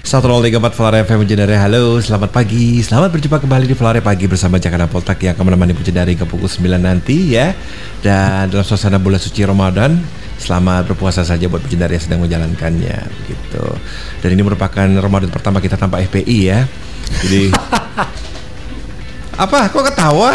103.4 Flare FM Penjendari. Halo, selamat pagi. Selamat berjumpa kembali di Flare Pagi bersama Jakarta Poltak yang akan menemani Penjendari ke pukul 9 nanti ya. Dan dalam suasana bulan suci Ramadan, selamat berpuasa saja buat Penjendari yang sedang menjalankannya begitu. Dan ini merupakan Ramadan pertama kita tanpa FPI ya. Jadi apa? Kok ketawa?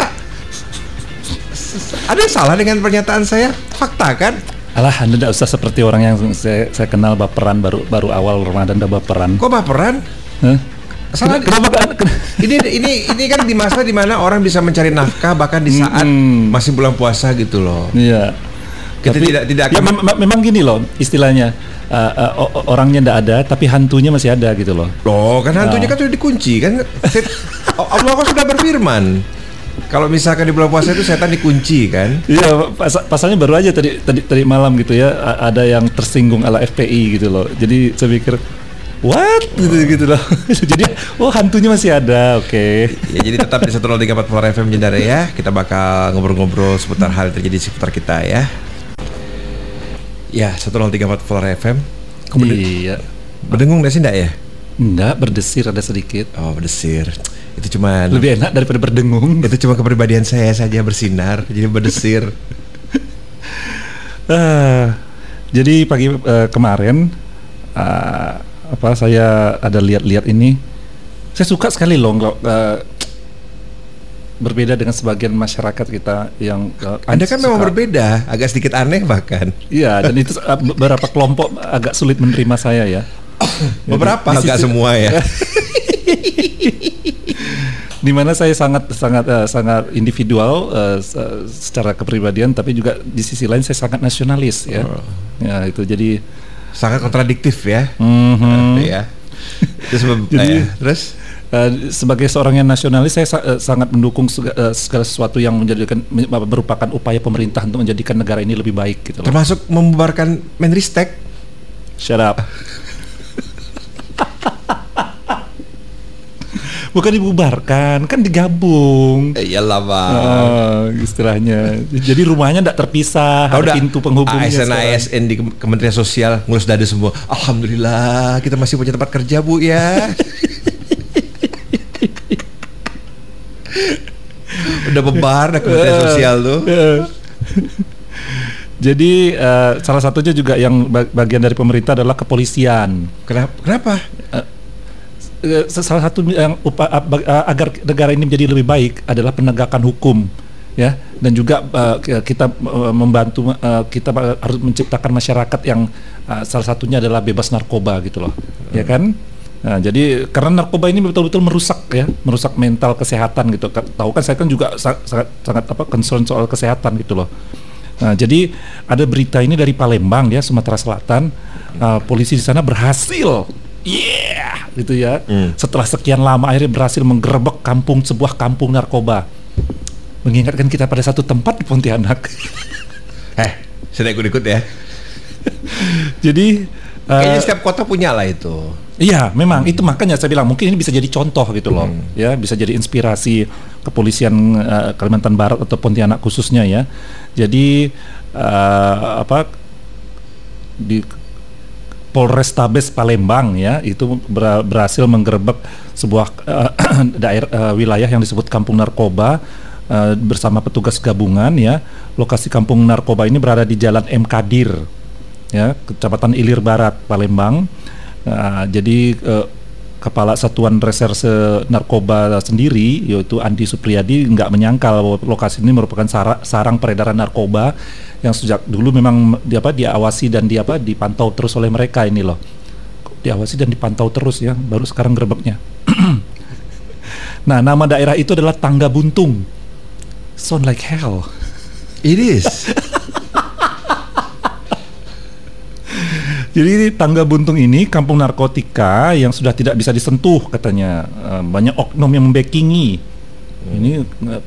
Ada yang salah dengan pernyataan saya? Fakta kan? Alah, Anda tidak usah seperti orang yang saya kenal baperan baru awal Ramadan udah baperan. Kok baperan? Huh? Salah. Ini kan di masa dimana orang bisa mencari nafkah bahkan di saat masih bulan puasa gitu loh. Iya. Kita tapi, tidak akan. Ya, memang gini loh istilahnya. Orangnya tidak ada tapi hantunya masih ada gitu loh. Loh, kan hantunya kan sudah dikunci kan. Allah kan sudah berfirman. Kalau misalkan di bulan puasa itu setan dikunci kan? Iya, pasalnya baru aja tadi malam gitu ya, ada yang tersinggung ala FPI gitu loh. Jadi saya pikir, what? Gitu loh. Jadi, hantunya masih ada, oke. Ya, jadi tetap di 103.4 Flare FM Jendara ya. Kita bakal ngobrol-ngobrol seputar hal yang terjadi di sekitar kita ya. Ya, 103.4 Flare FM. Iya. Berdengung nggak sih enggak ya? Enggak, berdesir ada sedikit. Oh, berdesir. Itu cuma lebih enak daripada berdengung. Itu cuma kepribadian saya saja bersinar, jadi berdesir. Jadi pagi kemarin saya ada lihat-lihat ini. Saya suka sekali loh berbeda dengan sebagian masyarakat kita yang Anda kan memang berbeda, agak sedikit aneh bahkan. Iya, dan itu beberapa kelompok agak sulit menerima saya ya. Beberapa, agak semua ya. Di mana saya sangat individual secara kepribadian, tapi juga di sisi lain saya sangat nasionalis ya. Ya itu jadi sangat kontradiktif ya. Ya. Terus sebagai seorang yang nasionalis saya sangat mendukung segala sesuatu yang merupakan upaya pemerintah untuk menjadikan negara ini lebih baik gitu loh. Termasuk membubarkan Menristek. Shut up. Bukan dibubarkan, kan digabung. Iyalah Bang. Istilahnya. Jadi rumahnya tidak terpisah, ada pintu penghubungnya. ASN di Kementerian Sosial ngurus dada semua. Alhamdulillah kita masih punya tempat kerja Bu ya. Udah bebar dah Kementerian Sosial tuh. Jadi salah satunya juga yang bagian dari pemerintah adalah kepolisian. Kenapa? Salah satu yang agar negara ini menjadi lebih baik adalah penegakan hukum ya, dan juga kita membantu kita harus menciptakan masyarakat yang salah satunya adalah bebas narkoba gitu loh. Ya kan? Nah, jadi karena narkoba ini betul-betul merusak mental kesehatan gitu. Tahu kan saya kan juga sangat concern soal kesehatan gitu loh. Nah, jadi ada berita ini dari Palembang ya, Sumatera Selatan. Polisi di sana berhasil gitu ya. Setelah sekian lama akhirnya berhasil menggerebek sebuah kampung narkoba. Mengingatkan kita pada satu tempat di Pontianak. Saya ikut-ikut ya. Jadi kayaknya setiap kota punya lah itu. Iya, memang itu makanya saya bilang mungkin ini bisa jadi contoh gitu loh. Ya, bisa jadi inspirasi kepolisian Kalimantan Barat atau Pontianak khususnya ya. Jadi di Polrestabes Palembang ya itu berhasil menggerebek sebuah wilayah yang disebut kampung narkoba bersama petugas gabungan ya. Lokasi kampung narkoba ini berada di Jalan M Kadir ya, Kecamatan Ilir Barat, Palembang. Jadi Kepala Satuan Reserse Narkoba sendiri yaitu Andi Supriyadi nggak menyangkal bahwa lokasi ini merupakan sarang peredaran narkoba yang sejak dulu memang diawasi dan dipantau terus oleh mereka ini loh. Diawasi dan dipantau terus ya, baru sekarang gerebeknya. Nah, nama daerah itu adalah Tangga Buntung. Sound like hell. It is. Jadi Tangga Buntung ini kampung narkotika yang sudah tidak bisa disentuh katanya. Banyak oknum yang membackingi. Ini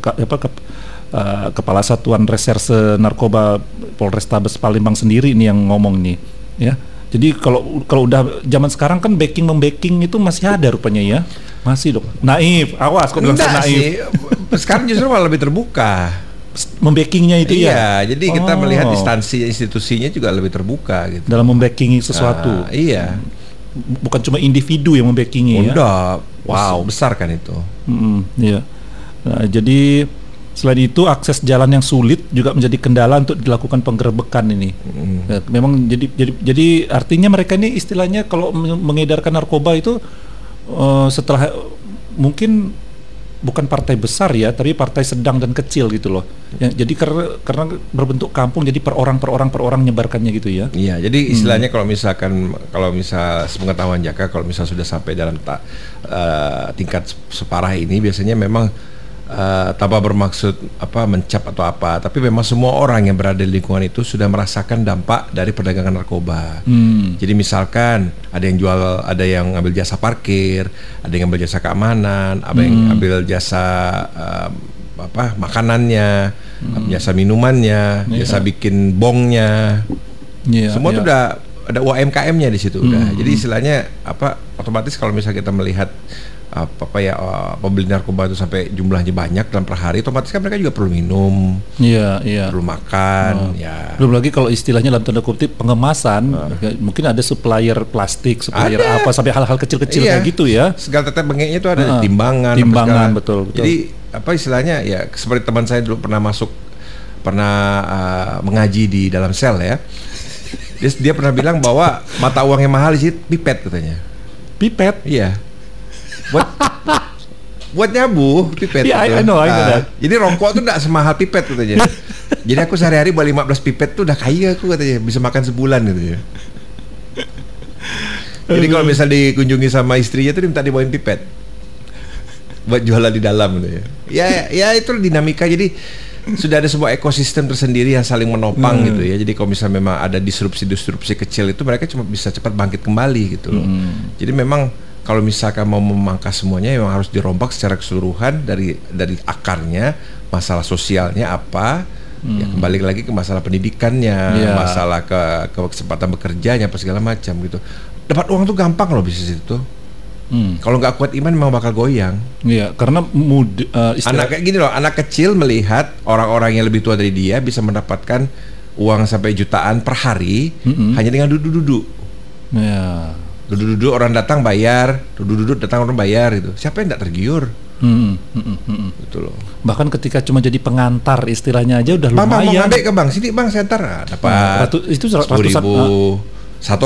Kepala Satuan Reserse Narkoba Polrestabes Palembang sendiri ini yang ngomong nih, ya. Jadi kalau udah zaman sekarang kan membacking itu masih ada rupanya ya. Masih dong. Naif, awas kok bilang naif. Sih. Sekarang justru malah lebih terbuka. Membackingnya itu ya. Iya, jadi kita melihat instansi institusinya juga lebih terbuka gitu. Dalam membackingi sesuatu. Iya. bukan cuma individu yang membackingi ya. Udah, Wow. besar kan itu. Iya. Nah, jadi selain itu akses jalan yang sulit juga menjadi kendala untuk dilakukan penggerebekan ini. Ya, memang jadi artinya mereka ini istilahnya kalau mengedarkan narkoba itu setelah mungkin bukan partai besar ya, tapi partai sedang dan kecil gitu loh. Ya, jadi karena berbentuk kampung, jadi per orang nyebarkannya gitu ya. Iya, jadi istilahnya kalau misal sepengetahuan Jaka, kalau misal sudah sampai dalam tingkat separah ini, biasanya memang tanpa bermaksud mencap atau apa, tapi memang semua orang yang berada di lingkungan itu sudah merasakan dampak dari perdagangan narkoba. Jadi misalkan ada yang ngambil jasa parkir, ada yang ngambil jasa keamanan, ada yang ngambil jasa makanannya, jasa minumannya, jasa bikin bongnya. Semua itu udah ada UMKM-nya di situ udah. Jadi istilahnya otomatis kalau misalnya kita melihat pembeli narkoba itu sampai jumlahnya banyak dalam per hari, otomatis kan mereka juga perlu minum, perlu makan, Belum lagi kalau istilahnya dalam tanda kutip pengemasan, mungkin ada supplier plastik, supplier sampai hal-hal kecil-kecil kayak gitu ya. Segala tetek bengeknya itu ada timbangan, betul. Jadi istilahnya ya seperti teman saya dulu pernah mengaji di dalam sel ya. Dia pernah bilang bahwa mata uang yang mahal sih pipet katanya. Pipet? Iya. Buat nyabu pipet gitu. I know that. Jadi rokok tuh enggak semahal pipet katanya. Jadi aku sehari-hari bawa 15 pipet tuh udah kaya aku katanya, bisa makan sebulan gitu ya. Jadi kalau misal dikunjungi sama istrinya tuh minta dibawain pipet buat jualan di dalam gitu ya. Ya itu dinamika, jadi sudah ada sebuah ekosistem tersendiri yang saling menopang gitu ya. Jadi kalau misalnya memang ada disrupsi kecil itu, mereka cuma bisa cepat bangkit kembali gitu loh. Jadi memang kalau misalkan mau memangkas semuanya, memang harus dirombak secara keseluruhan dari akarnya, masalah sosialnya apa, ya kembali lagi ke masalah pendidikannya, masalah ke kesempatan bekerjanya, apa segala macam gitu. Dapat uang tuh gampang loh bisnis itu. Kalau nggak kuat iman memang bakal goyang. Iya, karena anak kayak gini loh, anak kecil melihat orang-orang yang lebih tua dari dia bisa mendapatkan uang sampai jutaan per hari hanya dengan duduk-duduk. Ya. Duduk-duduk orang datang bayar, duduk-duduk datang orang bayar gitu. Siapa yang nggak tergiur? Gitu loh. Bahkan ketika cuma jadi pengantar istilahnya aja udah lumayan. Bang, mau ngambil ke bank sini bang, saya antar. Dapat itu 10.000 satu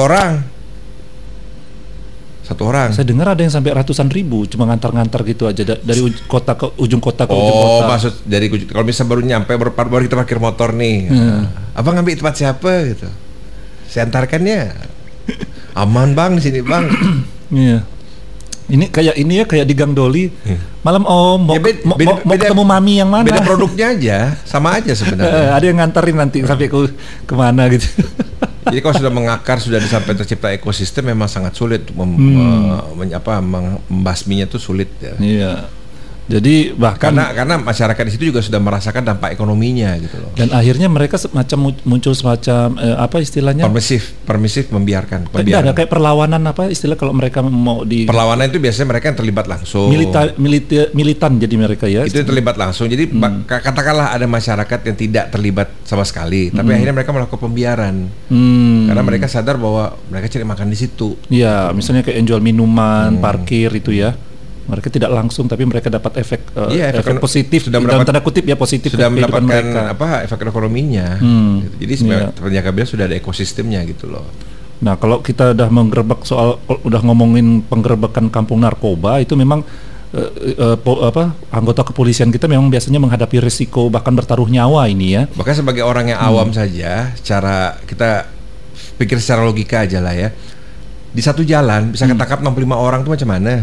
orang. Saya dengar ada yang sampai ratusan ribu cuma ngantar-ngantar gitu aja dari kota ke ujung kota ke ujung kota. Oh, maksud dari kalau misalnya baru nyampe baru kita parkir motor nih. Abang ngambil tempat siapa gitu. Saya antarkannya. Aman bang di sini bang. Iya. Ini kayak di Gang Doli. Malam mau ketemu mami yang mana? Beda produknya aja, sama aja sebenarnya. Ada yang nganterin nanti sampai kemana gitu. Jadi kalau sudah mengakar, sudah sampai tercipta ekosistem, memang sangat sulit membasminya tuh sulit ya. Iya. Jadi bahkan karena masyarakat di situ juga sudah merasakan dampak ekonominya gitu loh. Dan akhirnya mereka muncul semacam istilahnya permisif membiarkan. Tidak ada kayak perlawanan istilah kalau mereka mau di perlawanan itu biasanya mereka yang terlibat langsung. Militan jadi mereka ya. Itu yang terlibat langsung. Jadi katakanlah ada masyarakat yang tidak terlibat sama sekali, tapi akhirnya mereka melakukan pembiaran. Karena mereka sadar bahwa mereka cari makan di situ. Iya, misalnya kayak yang jual minuman, parkir itu ya. Mereka tidak langsung, tapi mereka dapat efek positif dalam tanda kutip ya, positif sudah mendapatkan efek ekonominya. Gitu. Jadi sebenarnya bilang sudah ada ekosistemnya gitu loh. Nah kalau kita udah udah ngomongin penggerebekan kampung narkoba, itu memang anggota kepolisian kita memang biasanya menghadapi risiko bahkan bertaruh nyawa ini ya. Bahkan sebagai orang yang awam saja, cara kita pikir secara logika aja lah ya. Di satu jalan bisa ketangkap 65 orang tuh macam mana?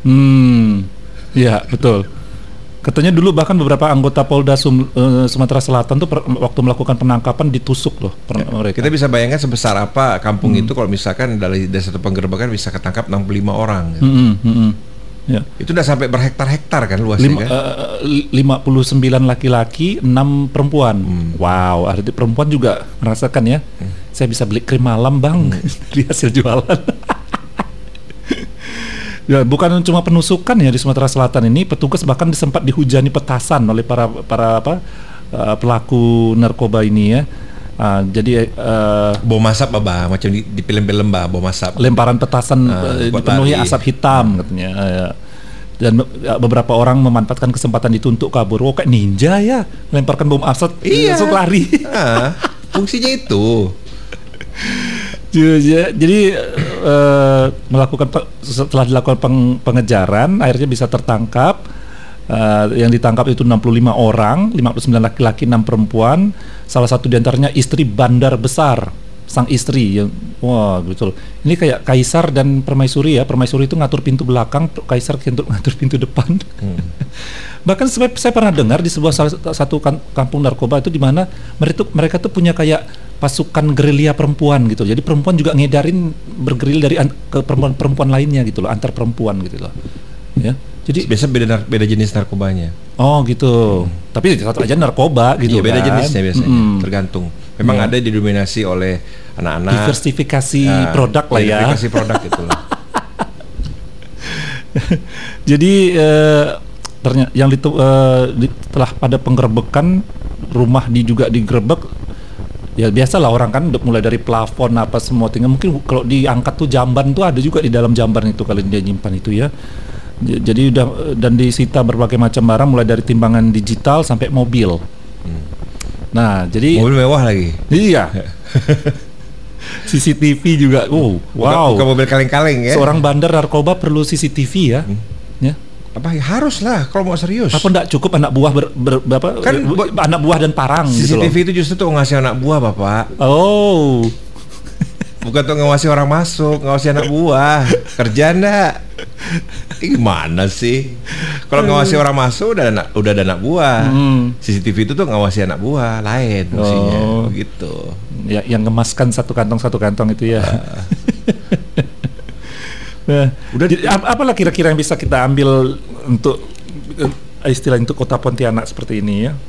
Ya betul. Katanya dulu bahkan beberapa anggota Polda Sumatera Selatan tuh waktu melakukan penangkapan ditusuk loh mereka. Kita bisa bayangkan sebesar apa kampung itu kalau misalkan dari satu penggerebekan bisa ketangkap 65 orang. Gitu. Ya. Itu udah sampai berhektar-hektar kan luasnya kan? 59 laki-laki, 6 perempuan. Wow, artinya perempuan juga merasakan ya. Saya bisa beli krim malam bang dari hasil jualan. Ya, bukan cuma penusukan ya di Sumatera Selatan ini, petugas bahkan sempat dihujani petasan oleh para pelaku narkoba ini ya. Jadi bom asap bah, macam di film-film bah, bom asap. lemparan petasan dipenuhi lari. asap hitam katanya. Dan beberapa orang memanfaatkan kesempatan itu untuk kabur. Oh, kayak ninja ya, lemparkan bom asap, langsung lari. Fungsinya itu. Jadi setelah dilakukan pengejaran, akhirnya bisa tertangkap. Yang ditangkap itu 65 orang, 59 laki-laki, 6 perempuan. Salah satu diantaranya istri bandar besar, sang istri yang wah betul. Ini kayak kaisar dan permaisuri ya. Permaisuri itu ngatur pintu belakang, kaisar ngatur pintu depan. Bahkan saya pernah dengar di satu kampung narkoba itu di mana mereka tuh punya kayak pasukan gerilya perempuan gitu. Jadi perempuan juga ngedarin bergeril dari ke perempuan lainnya gitu loh, antar perempuan gitu loh. Ya. Jadi biasa beda jenis narkobanya. Oh gitu. Tapi tetap aja narkoba gitu. Iya, beda kan? jenisnya biasanya. Tergantung. Memang ada didominasi oleh anak-anak. Diversifikasi produk lah ya. Diversifikasi produk gitu loh. Jadi ternyata yang setelah pada penggerebekan rumah juga digerebek. Ya biasalah orang kan mulai dari plafon apa semua, tinggal mungkin kalau diangkat tuh jamban tuh ada juga di dalam jamban itu kalau dia nyimpan itu ya. Jadi dan disita berbagai macam barang mulai dari timbangan digital sampai mobil. Nah, jadi mobil mewah lagi. Iya. CCTV juga. Wow. Bukan mobil kaleng-kaleng ya. Seorang bandar narkoba perlu CCTV ya. Ya. Apa harus lah kalau mau serius. Apa enggak cukup anak buah kan anak buah dan parang CCTV gitu itu justru tuh ngasih anak buah, Bapak. Oh. Bukan tuh ngawasi orang masuk, ngawasi anak buah. Kerja enggak? Gimana sih? Kalau ngawasi orang masuk udah ada anak buah. CCTV itu tuh ngawasi anak buah, lain fungsinya. Begitu. Ya, yang ngemaskan satu kantong itu ya. Nah, apalah kira-kira yang bisa kita ambil untuk istilah untuk kota Pontianak seperti ini ya?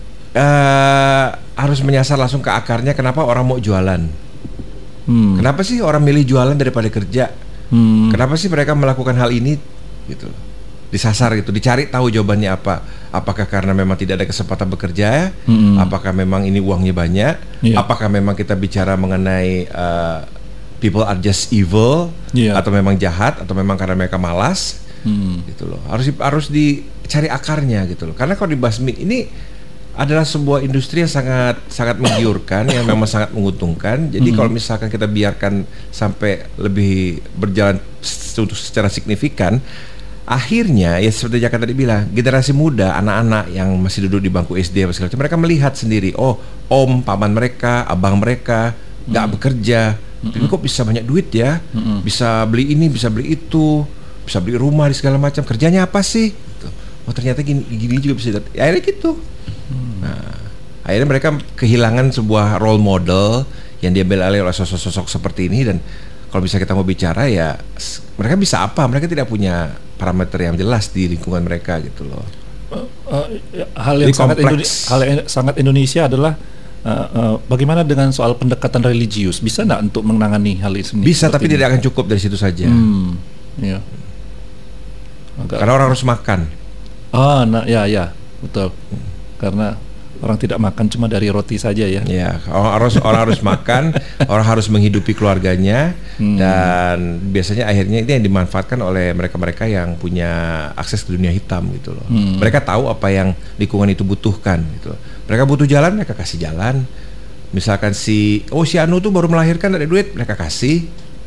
Harus menyasar langsung ke akarnya. Kenapa orang mau jualan? Kenapa sih orang milih jualan daripada kerja? Kenapa sih mereka melakukan hal ini? Gitu, disasar gitu, dicari tahu jawabannya apa. Apakah karena memang tidak ada kesempatan bekerja? Apakah memang ini uangnya banyak? Apakah memang kita bicara mengenai people are just evil? Atau memang jahat? Atau memang karena mereka malas? Gitu loh. Harus dicari akarnya gitu loh. Karena kalau dibasmi ini adalah sebuah industri yang sangat menggiurkan, yang memang sangat menguntungkan. Jadi kalau misalkan kita biarkan sampai lebih berjalan secara signifikan, akhirnya ya seperti Jaka tadi bilang, generasi muda, anak-anak yang masih duduk di bangku SD apa segala macam, mereka melihat sendiri, oh om, paman mereka, abang mereka nggak bekerja, tapi kok bisa banyak duit ya, bisa beli ini, bisa beli itu, bisa beli rumah di segala macam. Kerjanya apa sih? Oh ternyata gini juga bisa. Akhirnya gitu. Nah, akhirnya mereka kehilangan sebuah role model yang diambil alih oleh sosok-sosok seperti ini. Dan kalau bisa kita mau bicara ya mereka bisa apa? Mereka tidak punya parameter yang jelas di lingkungan mereka gitu loh. Hal yang sangat Indonesia adalah bagaimana dengan soal pendekatan religius? Bisa nggak untuk menangani hal ini? Bisa, tapi tidak akan cukup dari situ saja. Ya. Karena orang harus makan. Ya, betul. Karena orang tidak makan cuma dari roti saja ya. Ya, orang harus makan, orang harus menghidupi keluarganya, dan biasanya akhirnya ini yang dimanfaatkan oleh mereka-mereka yang punya akses ke dunia hitam gitu loh. Mereka tahu apa yang lingkungan itu butuhkan gitu. Mereka butuh jalan, mereka kasih jalan. Misalkan si Anu tuh baru melahirkan, ada duit, mereka kasih.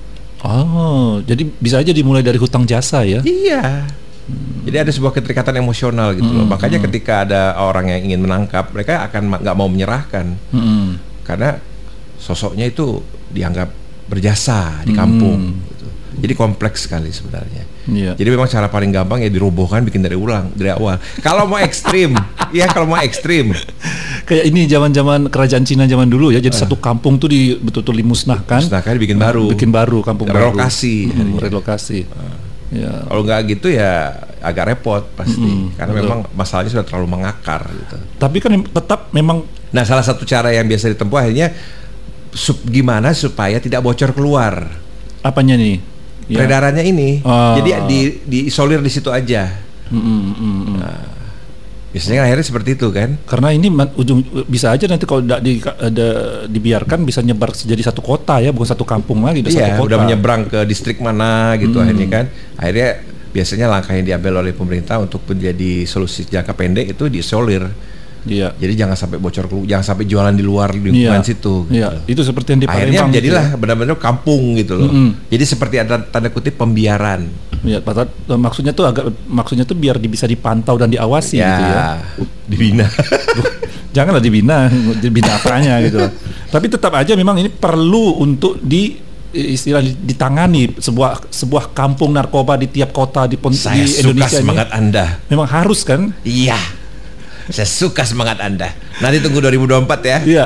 Jadi bisa aja dimulai dari hutang jasa ya? Iya. Jadi ada sebuah keterikatan emosional gitu loh. Makanya ketika ada orang yang ingin menangkap, mereka akan nggak mau menyerahkan, karena sosoknya itu dianggap berjasa di kampung. Gitu. Jadi kompleks sekali sebenarnya. Jadi memang cara paling gampang ya dirobohkan, bikin dari awal. Kalau mau ekstrim, kalau mau ekstrim. Kayak ini zaman-zaman kerajaan Cina zaman dulu ya. Jadi satu kampung tuh betul-betul dimusnahkan. Bikin baru kampung relokasi. Baru. Relokasi. Ya. Kalau nggak gitu ya agak repot pasti, karena memang masalahnya sudah terlalu mengakar gitu. Tapi kan tetap memang. Nah, salah satu cara yang biasa ditempuh akhirnya gimana supaya tidak bocor keluar. Apanya nih? Peredarannya ini. Jadi diisolir di situ aja. Biasanya kan akhirnya seperti itu kan. Karena ini ujung bisa aja nanti kalau tidak dibiarkan bisa nyebar jadi satu kota ya, bukan satu kampung lagi, udah satu kota. Udah menyeberang ke distrik mana gitu akhirnya kan. Akhirnya biasanya langkah yang diambil oleh pemerintah untuk menjadi solusi jangka pendek itu diisolir. Iya. Jadi jangan sampai bocor, jangan sampai jualan di luar lingkungan situ. Iya. Gitu. Itu seperti yang di Palembang. Akhirnya jadilah benar-benar kampung gitu loh. Jadi seperti ada tanda kutip pembiaran. Ya, maksudnya tuh biar bisa dipantau dan diawasi gitu ya. Dibina. Janganlah dibina apanya gitu. Tapi tetap aja memang ini perlu untuk ditangani sebuah kampung narkoba di tiap kota di Indonesia. Saya suka semangat Anda. Memang harus kan? Iya. Saya suka semangat Anda. Nanti tunggu 2024 ya. Iya.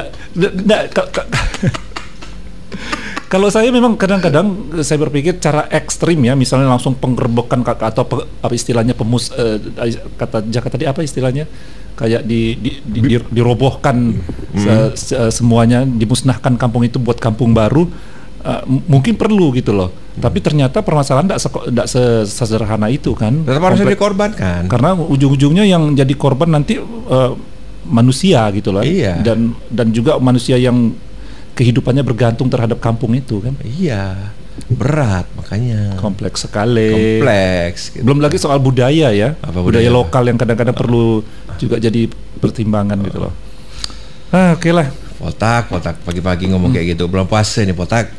Kalau saya memang kadang-kadang saya berpikir cara ekstrim ya, misalnya langsung penggerbekan atau apa istilahnya kata Jaka tadi apa istilahnya? Kayak dirobohkan semuanya, dimusnahkan kampung itu buat kampung baru. Mungkin perlu gitu loh, tapi ternyata permasalahan tidak sesederhana itu kan. Tetap harus dikorbankan. Karena ujung-ujungnya yang jadi korban nanti manusia gitu loh. Iya. Dan juga manusia yang kehidupannya bergantung terhadap kampung itu kan. Iya. Berat makanya. Kompleks sekali. Kompleks. Gitu. Belum lagi soal budaya ya. Budaya lokal yang kadang-kadang perlu juga jadi pertimbangan gitu loh. Oke lah. Potak pagi-pagi ngomong kayak gitu. Belum puasa nih Potak.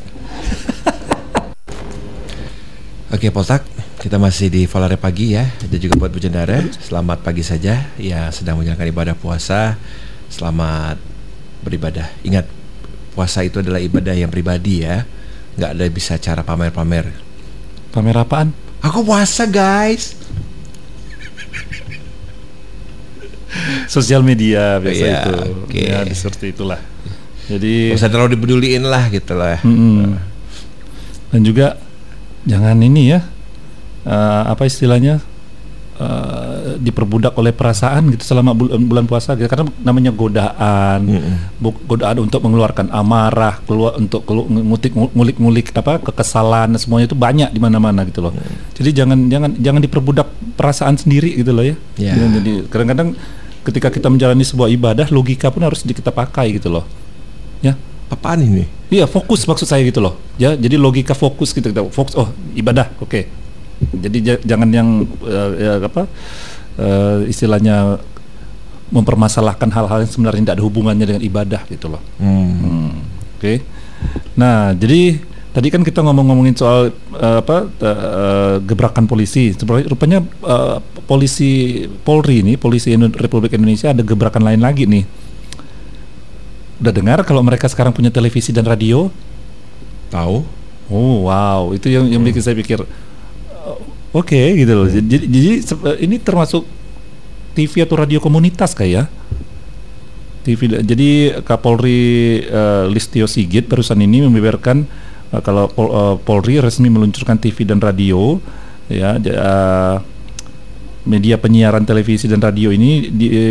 Oke Potak, kita masih di Volare Pagi ya. Dan juga buat Bujendara, selamat pagi saja ya sedang menjalankan ibadah puasa. Selamat beribadah. Ingat, puasa itu adalah ibadah yang pribadi ya. Nggak ada bisa cara pamer-pamer. Pamer apaan? Aku puasa guys. Sosial media biasa itu. Okay. Ya seperti itulah. Jadi nggak usah terlalu dipeduliin lah gitu lah. Dan juga jangan ini ya, apa istilahnya, diperbudak oleh perasaan gitu selama bulan puasa gitu. Karena namanya godaan, godaan untuk mengeluarkan amarah, untuk ngulik-ngulik apa kekesalan, semuanya itu banyak di mana-mana gitu loh. Jadi jangan diperbudak perasaan sendiri gitu loh ya. Jadi kadang-kadang ketika kita menjalani sebuah ibadah, logika pun harus kita pakai gitu loh. Ya. Apaan ini? Iya, fokus maksud saya gitu loh. Ya, jadi logika fokus kita fokus. Oh, ibadah, oke. Jadi jangan yang istilahnya mempermasalahkan hal-hal yang sebenarnya tidak ada hubungannya dengan ibadah gitu loh. Oke. Nah, jadi tadi kan kita ngomongin soal gebrakan polisi. Rupanya Polri Republik Indonesia ada gebrakan lain lagi nih. Udah dengar kalau mereka sekarang punya televisi dan radio? Tahu. Oh wow, itu yang bikin saya pikir oke, gitu loh. Jadi ini termasuk TV atau radio komunitas kayak TV. Jadi Kapolri Listio Sigit barusan ini membeberkan kalau Polri resmi meluncurkan TV dan radio ya, media penyiaran televisi dan radio ini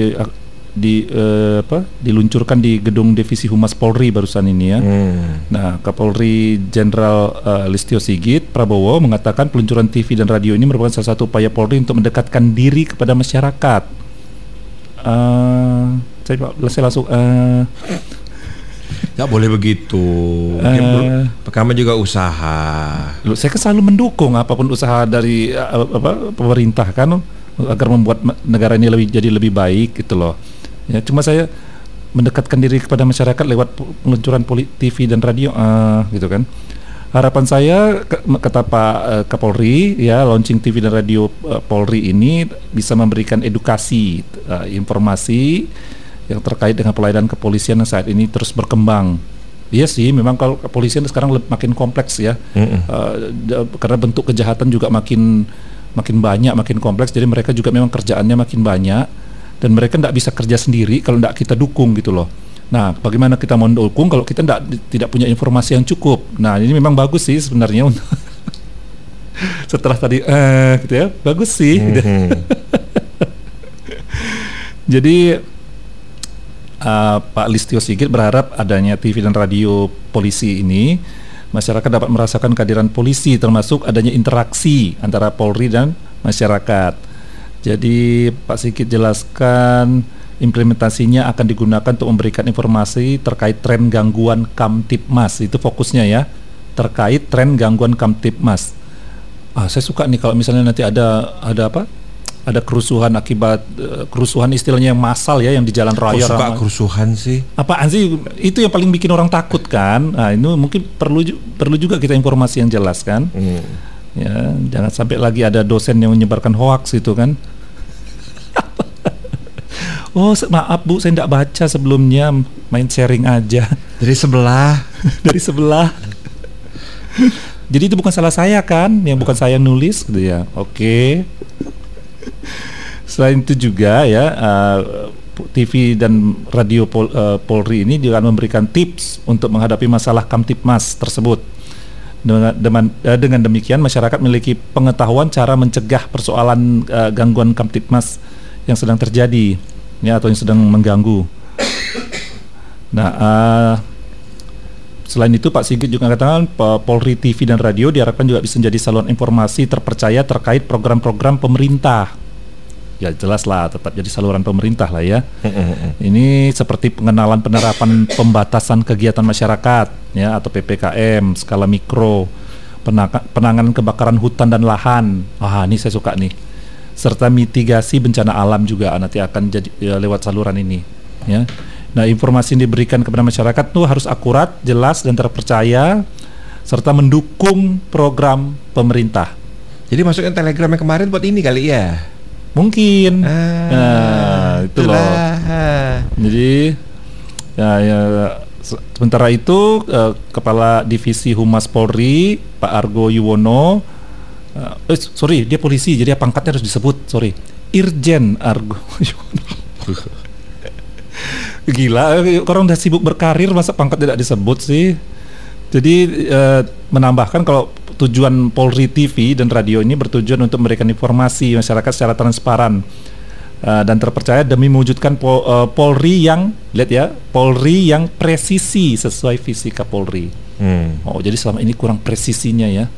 diluncurkan di gedung Divisi Humas Polri barusan ini ya. Nah, Kapolri Jenderal Listio Sigit Prabowo mengatakan peluncuran TV dan radio ini merupakan salah satu upaya Polri untuk mendekatkan diri kepada masyarakat. Saya langsung nggak boleh begitu. Pertama juga usaha. Saya kan selalu mendukung apapun usaha dari pemerintah kan agar membuat negara ini jadi lebih baik gitu loh. Ya, cuma saya mendekatkan diri kepada masyarakat lewat peluncuran TV dan radio gitu kan. Harapan saya kata Pak Kapolri ya, launching TV dan radio Polri ini bisa memberikan edukasi, informasi yang terkait dengan pelayanan kepolisian yang saat ini terus berkembang. Iya sih, memang kalau kepolisian sekarang makin kompleks ya, karena bentuk kejahatan juga makin banyak, makin kompleks. Jadi mereka juga memang kerjaannya makin banyak. Dan mereka tidak bisa kerja sendiri kalau tidak kita dukung gitu loh. Nah, bagaimana kita mau dukung kalau kita tidak punya informasi yang cukup? Nah, ini memang bagus sih sebenarnya untuk setelah tadi gitu ya, bagus sih. Jadi Pak Listio Sigit berharap adanya TV dan radio polisi ini masyarakat dapat merasakan kehadiran polisi, termasuk adanya interaksi antara Polri dan masyarakat. Jadi Pak Sigit jelaskan implementasinya akan digunakan untuk memberikan informasi terkait tren gangguan Kamtibmas. Itu fokusnya ya, terkait tren gangguan Kamtibmas. Saya suka nih kalau misalnya nanti ada apa? Ada kerusuhan akibat kerusuhan istilahnya yang massal ya, yang di jalan raya. Kok suka kerusuhan sih? Apaan sih? Itu yang paling bikin orang takut kan. Nah, ini mungkin perlu juga kita informasi yang jelas kan. Ya, jangan sampai lagi ada dosen yang menyebarkan hoaks itu kan. Oh, maaf Bu, saya tidak baca sebelumnya, main sharing aja. Dari sebelah. Dari sebelah. Jadi itu bukan salah saya kan, yang bukan saya yang nulis gitu ya. Oke. Selain itu juga ya, TV dan radio Polri ini juga akan memberikan tips untuk menghadapi masalah Kamtibmas tersebut. Dengan demikian masyarakat memiliki pengetahuan cara mencegah persoalan gangguan Kamtibmas yang sedang terjadi ya, atau yang sedang mengganggu. Nah, selain itu Pak Sigit juga mengatakan Polri TV dan radio diharapkan juga bisa menjadi saluran informasi terpercaya terkait program-program pemerintah. Ya jelas lah, tetap jadi saluran pemerintah lah ya. Ini seperti pengenalan penerapan pembatasan kegiatan masyarakat ya, atau PPKM skala mikro, penanganan kebakaran hutan dan lahan. Ini saya suka nih. Serta mitigasi bencana alam juga nanti akan jadi ya, lewat saluran ini ya. Nah, informasi yang diberikan kepada masyarakat tuh harus akurat, jelas dan terpercaya serta mendukung program pemerintah. Jadi masuknya Telegram yang kemarin buat ini kali ya? Mungkin. Nah, itu loh. Jadi ya, sementara itu Kepala Divisi Humas Polri Pak Argo Yuwono, sorry dia polisi jadi pangkatnya harus disebut, sorry, Irjen Argo Yuwono. Gila, orang udah sibuk berkarir masa pangkat tidak disebut sih. Jadi menambahkan kalau tujuan Polri TV dan radio ini bertujuan untuk memberikan informasi masyarakat secara transparan dan terpercaya demi mewujudkan Polri yang, lihat ya, Polri yang presisi sesuai visi Kapolri. Jadi selama ini kurang presisinya ya.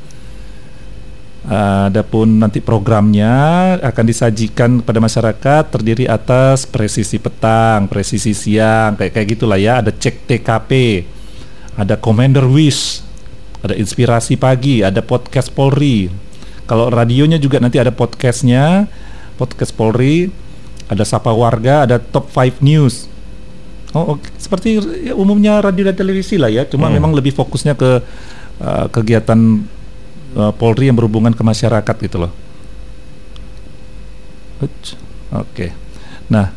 Adapun nanti programnya akan disajikan kepada masyarakat terdiri atas presisi petang, presisi siang, kayak gitulah ya. Ada cek TKP, ada Commander Wish, ada inspirasi pagi, ada podcast Polri. Kalau radionya juga nanti ada podcastnya, podcast Polri, ada sapa warga, ada top 5 news. Seperti ya, umumnya radio dan televisi lah ya, cuma memang lebih fokusnya ke kegiatan Polri yang berhubungan ke masyarakat gitu loh. Oke. Nah,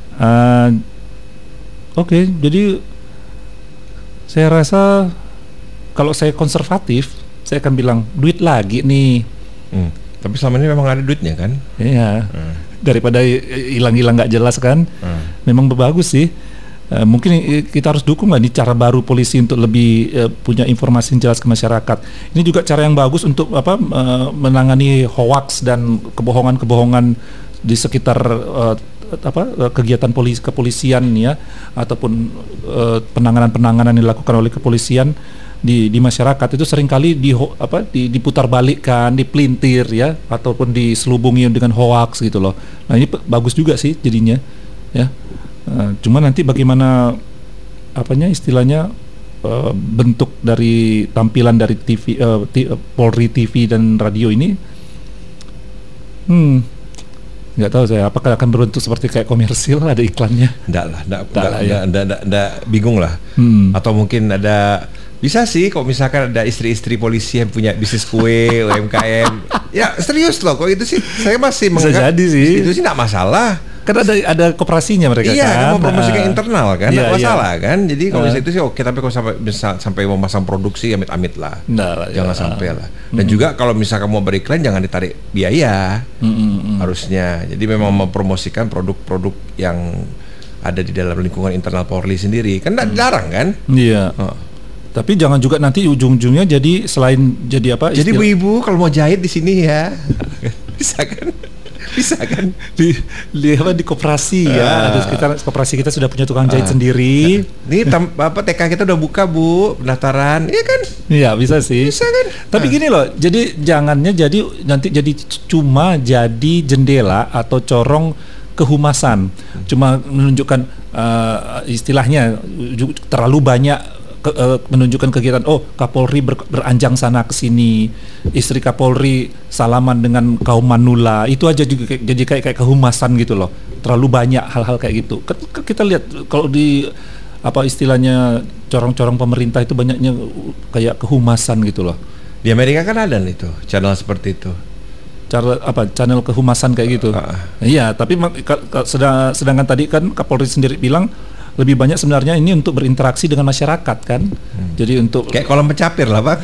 jadi saya rasa kalau saya konservatif, saya akan bilang duit lagi nih. Tapi selama ini memang ada duitnya kan? Iya. Daripada hilang-hilang nggak jelas kan? Memang bagus sih. Mungkin kita harus dukung lah nih cara baru polisi untuk lebih punya informasi yang jelas ke masyarakat. Ini juga cara yang bagus untuk menangani hoaks dan kebohongan-kebohongan di sekitar kegiatan kepolisian ya, ataupun penanganan-penanganan yang dilakukan oleh kepolisian di masyarakat itu seringkali diputar balikkan, dipelintir ya, ataupun diselubungi dengan hoaks gitu loh. Nah, ini bagus juga sih jadinya ya. Cuma nanti bagaimana istilahnya bentuk dari tampilan dari TV Polri TV dan radio ini, nggak tahu saya apakah akan berbentuk seperti kayak komersil, ada iklannya. Enggak, bingung lah. Atau mungkin ada, bisa sih kalau misalkan ada istri-istri polisi yang punya bisnis kue, UMKM. Ya serius loh, kok itu sih saya masih menganggap jadi sih. Itu sih nggak masalah. Kan ada koperasinya mereka kan. Iya, mau promosikan internal kan, nggak masalah kan. Jadi kalau misalnya itu sih oke, tapi kalau sampai mau masang produksi amit-amit lah. Jangan sampai lah. Dan juga kalau misalkan mau beriklan jangan ditarik biaya. Harusnya. Jadi memang mempromosikan produk-produk yang ada di dalam lingkungan internal Polri sendiri. Kan jarang kan? Iya. Tapi jangan juga nanti ujung-ujungnya jadi selain jadi apa? Jadi ibu-ibu kalau mau jahit di sini ya. Bisa kan? Bisa kan? Di koperasi ya. Koperasi kita sudah punya tukang jahit sendiri. Nih TK kita udah buka Bu, pendaftaran. Iya kan? Iya, bisa sih. Bisa kan? Tapi gini loh, jadi jangannya jadi nanti jadi cuma jadi jendela atau corong kehumasan. Cuma menunjukkan istilahnya terlalu banyak menunjukkan kegiatan. Oh, Kapolri beranjang sana ke sini, istri Kapolri salaman dengan kaum Manula, itu aja juga jadi kayak kehumasan gitu loh. Terlalu banyak hal-hal kayak gitu. Kita lihat kalau di apa istilahnya corong-corong pemerintah itu banyaknya kayak kehumasan gitu loh. Di Amerika kan ada nih tuh channel seperti itu. Channel kehumasan kayak gitu. Iya, tapi sedangkan tadi kan Kapolri sendiri bilang lebih banyak sebenarnya ini untuk berinteraksi dengan masyarakat kan. Jadi untuk kayak kolom pencapir lah Pak.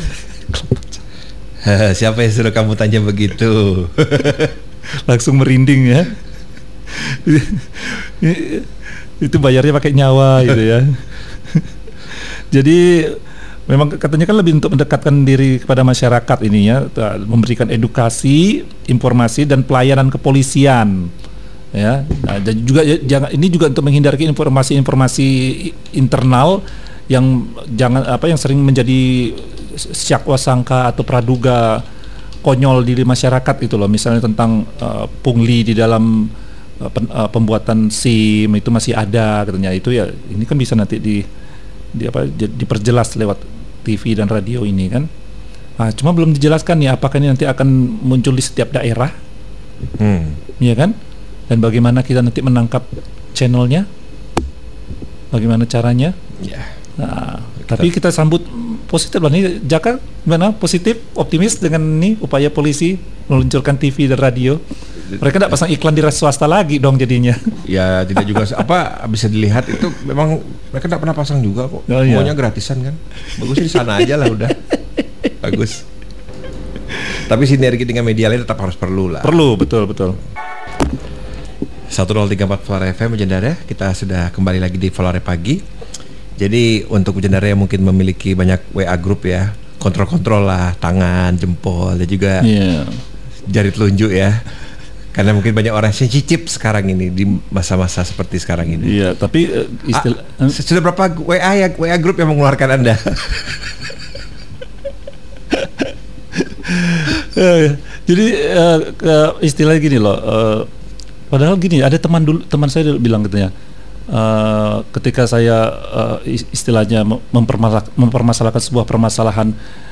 Siapa yang suruh kamu tanya begitu? Langsung merinding ya. Itu bayarnya pakai nyawa gitu ya. Jadi memang katanya kan lebih untuk mendekatkan diri kepada masyarakat ini ya, memberikan edukasi, informasi dan pelayanan kepolisian. Ya, nah, dan juga ini juga untuk menghindari informasi-informasi internal yang yang sering menjadi syakwa sangka atau praduga konyol di masyarakat gitu loh. Misalnya tentang pungli di dalam pembuatan SIM itu masih ada katanya, itu ya ini kan bisa nanti diperjelas lewat TV dan radio ini kan. Nah, cuma belum dijelaskan ya apakah ini nanti akan muncul di setiap daerah. Iya kan? Dan bagaimana kita nanti menangkap channelnya, bagaimana caranya? Ya. Nah, tapi kita sambut positif lah nih. Jaka gimana? Positif, optimis dengan ini upaya polisi meluncurkan TV dan radio. Mereka tidak pasang iklan di swasta lagi dong jadinya. Ya tidak juga bisa dilihat itu memang mereka tidak pernah pasang juga kok. Semuanya gratisan kan. Bagusnya di sana aja lah udah. Bagus. Tapi sinergi dengan media lain tetap harus perlu lah. Perlu, betul. 1034 Flora FM Jendara, kita sudah kembali lagi di Flora Pagi. Jadi untuk Jendara yang mungkin memiliki banyak WA group ya, kontrol lah tangan, jempol dan juga jari telunjuk ya. Karena mungkin banyak orang yang cicip sekarang ini di masa-masa seperti sekarang ini. Iya, tapi sudah berapa WA group yang mengeluarkan Anda? Jadi istilahnya gini loh. Padahal gini, ada teman saya bilang katanya, ketika saya istilahnya mempermasalahkan sebuah permasalahan